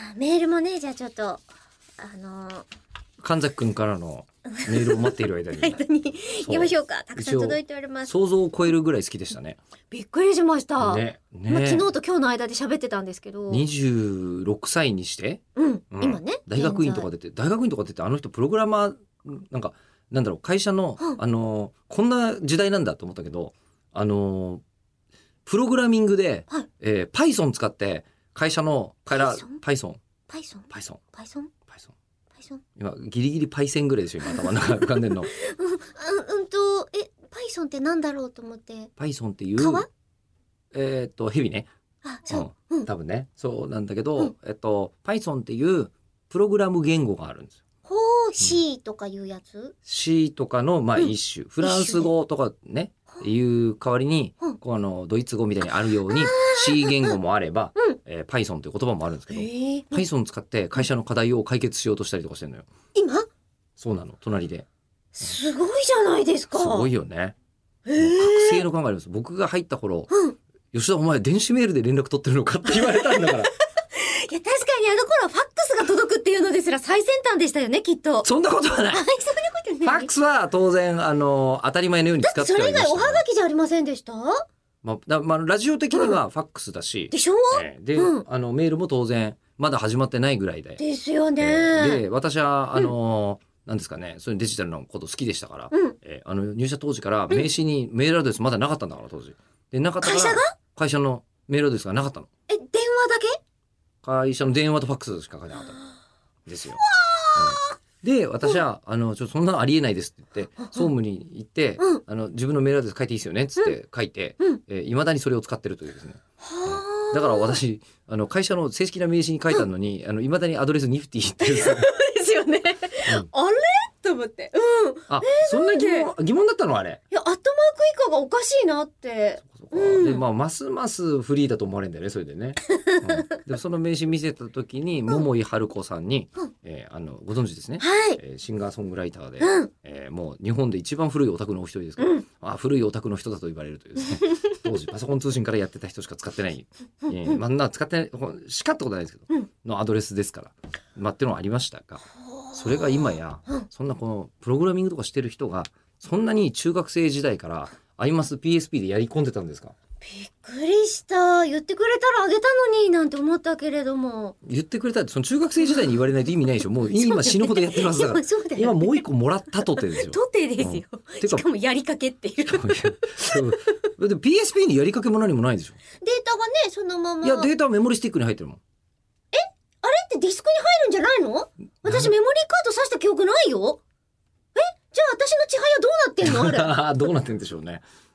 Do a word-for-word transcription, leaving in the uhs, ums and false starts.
メールもね、じゃあちょっと、あのー、 神崎くんからのメールを待っている間に。 間に行きましょうか。たくさん届いております。 想像を超えるぐらい好きでしたね。 びっくりしました。 ね。ね。 まあ、昨日と今日の間で喋ってたんですけど。 にじゅうろくさいにして、 うん、うん、今ね。 大学院とか出て、大学院とか出て、あの人プログラマー、なんか、なんだろう、会社の、うん、あの、こんな時代なんだと思ったけど、あの、プログラミングで、はい、えー、Python 使って、会社の、から、Python。 Python。 Python。 Python。 今ギリギリパイセンぐらいですよ今頭の中浮かんでんの。 うん、うんとえ Python ってなんだろうと思って。 Python っていう川えっとヘビね。 あ、そう、うん、多分ねそうなんだけど、うん、えっと Python っていうプログラム言語があるんですよ。 ほう C とかいうやつ、うん、 C とかのまあ一種、うん、フランス語とかねいう代わりに、うん、こうあのドイツ語みたいにあるように C 言語もあれば、うんえー、Python という言葉もあるんですけど、えー、Python 使って会社の課題を解決しようとしたりとかしてるのよ。 今そうなの隣で。 すごいじゃないですか。 すごいよね。 えー、 覚醒の考えあります。僕が入った頃、うん、吉田お前電子メールで連絡取ってるのかって言われたんだから。 いや確かにあの頃はファックスが届くっていうのですら最先端でしたよねきっと。 そんなことはない。 そんなことない。 ファックスは当然あの当たり前のように使ってはいました。 だってそれ以外おはがきじゃありませんでした？ まあだまあ、ラジオ的にはファックスだし、 うん、でしょ、 えー、で、うん、あのメールも当然まだ始まってないぐらいでですよね、 えー、で私はあのーうん、なんですかねそういうデジタルのこと好きでしたから、うんえー、あの入社当時から名刺にメールアドレスまだなかったんだから当時でなかったから会社が会社のメールアドレスがなかったの。 え電話だけ？ 会社の電話とファックスしか書いてなかったですよ。で私は、うん、あのちょっとそんなのありえないですって言って総務に行って、うん、あの自分のメールアドレス書いていいですよねっつって書いて、うん、えー、未だにそれを使ってるというですね、うん、だから私あの会社の正式な名刺に書いたのに、うん、あの未だにアドレスニフティっていうですよね、うん、あれと思って、うん、 あ、えー、そんな疑問疑問だったのあれ。 いやアットマーク以下がおかしいなって。 うん、でまあますますフリーだと思われるんだよねそれでね、うん、でその名刺見せた時に、うん、桃井春子さんに、うんえー、あのご存知ですね、 はいえー、シンガーソングライターで、 うんえー、もう日本で一番古いオタクのお一人ですから、うん、あ古いオタクの人だと言われるというですね当時パソコン通信からやってた人しか使ってない、えー、まあな使ってないしかったことないですけど、うん、のアドレスですから、まあ、っていうのはありましたがそれが今や、うん、そんなこのプログラミングとかしてる人がそんなに中学生時代からアイマス ピーエスピー でやり込んでたんですか。 びっくりした。言ってくれたらあげたのになんて思ったけれども。 言ってくれたってその中学生時代に言われないと意味ないでしょ。もう今死ぬほどやってるはずだから。今もう一個もらったとてですよ。 とてですよ、うん、しかもやりかけっていう。でもピーエスピー にやりかけも何もないでしょ。 データがねそのまま。 いやデータはメモリスティックに入ってるもん。 えあれってディスクに入るんじゃないの？私メモリーカード挿した記憶ないよ。えじゃあ私の千早どうなってんのあれ。 どうなってんでしょうね。